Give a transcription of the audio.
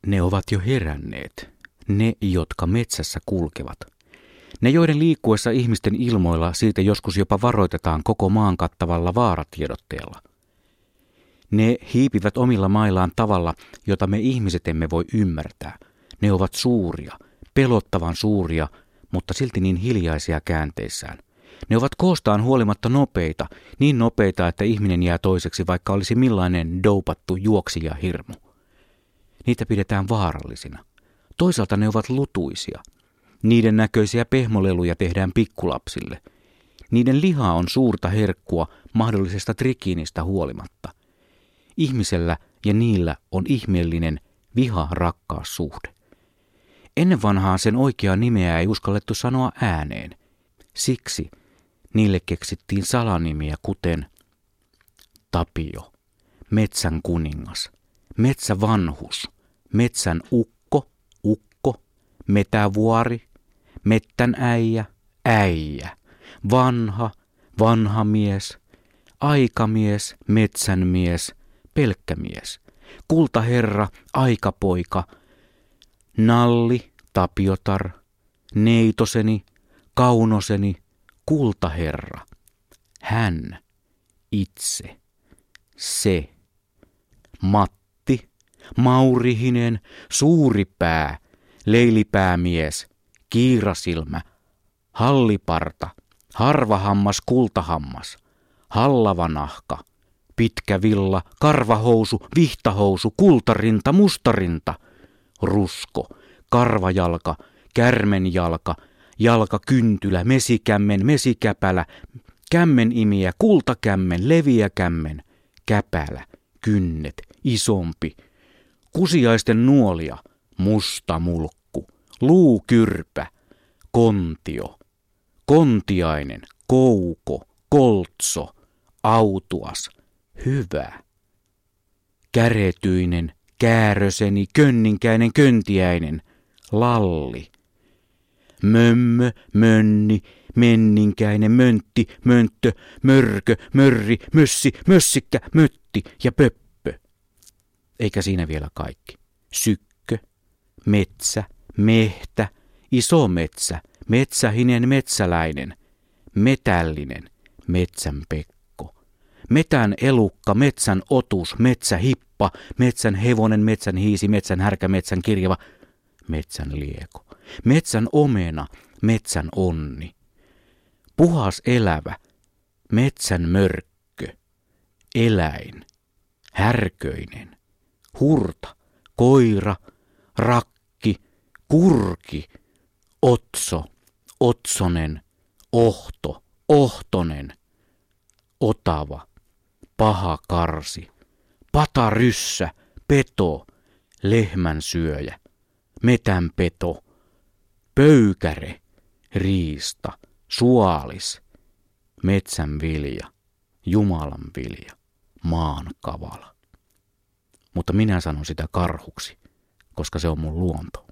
Ne ovat jo heränneet, ne, jotka metsässä kulkevat. Ne, joiden liikkuessa ihmisten ilmoilla siitä joskus jopa varoitetaan koko maan kattavalla vaaratiedotteella. Ne hiipivät omilla maillaan tavalla, jota me ihmiset emme voi ymmärtää. Ne ovat suuria, pelottavan suuria, mutta silti niin hiljaisia käänteissään. Ne ovat koostaan huolimatta nopeita, niin nopeita, että ihminen jää toiseksi, vaikka olisi millainen doupattu juoksijahirmu. Niitä pidetään vaarallisina. Toisaalta ne ovat lutuisia. Niiden näköisiä pehmoleluja tehdään pikkulapsille. Niiden liha on suurta herkkua mahdollisesta trikiinistä huolimatta. Ihmisellä ja niillä on ihmeellinen viha-rakkaussuhde. Ennen vanhaa sen oikeaa nimeä ei uskallettu sanoa ääneen. Siksi niille keksittiin salanimiä kuten Tapio, metsän kuningas, metsävanhus, metsän ukko, metävuori, mettän äijä, äijä, vanha mies, aikamies, metsänmies, pelkkämies, kultaherra, aikapoika, nalli, tapiotar, neitoseni, kaunoseni, kultaherra, hän, itse, se, Matti, Maurihinen, suuripää, leilipäämies, kiirasilmä, halliparta, harvahammas, kultahammas, hallavanahka, pitkä villa, karvahousu, vihtahousu, kultarinta, mustarinta, rusko, karvajalka, kärmenjalka, jalkakyntylä, mesikämmen, mesikäpälä, kämmenimiä, kultakämmen, leviäkämmen, käpälä, kynnet, isompi, kusiaisten nuolia, musta mulkku, luukyrpä, kontio, kontiainen, kouko, koltso, autuas, hyvä, käretyinen, kääröseni, könninkäinen, köntiäinen, lalli, mömmö, mönni, menninkäinen, möntti, mönttö, mörkö, mörri, mössi, mössikkä, mötti ja pöppö. Eikä siinä vielä kaikki. Sykkö, metsä, mehtä, iso metsä, metsähinen, metsäläinen, metällinen, metsän pekko, metän elukka, metsän otus, metsähippa, metsän hevonen, metsän hiisi, metsän härkä, metsän kirjava, metsän lieko, metsän omena, metsän onni, puhas elävä, metsän mörkkö, eläin, härköinen, hurta, koira, rakki, kurki, otso, otsonen, ohto, ohtonen, otava, paha karsi, pataryssä, peto, lehmänsyöjä, metänpeto, pöykäre, riista, suoalis, metsän vilja, Jumalan vilja, maan kavala. Mutta minä sanon sitä karhuksi, koska se on mun luonto.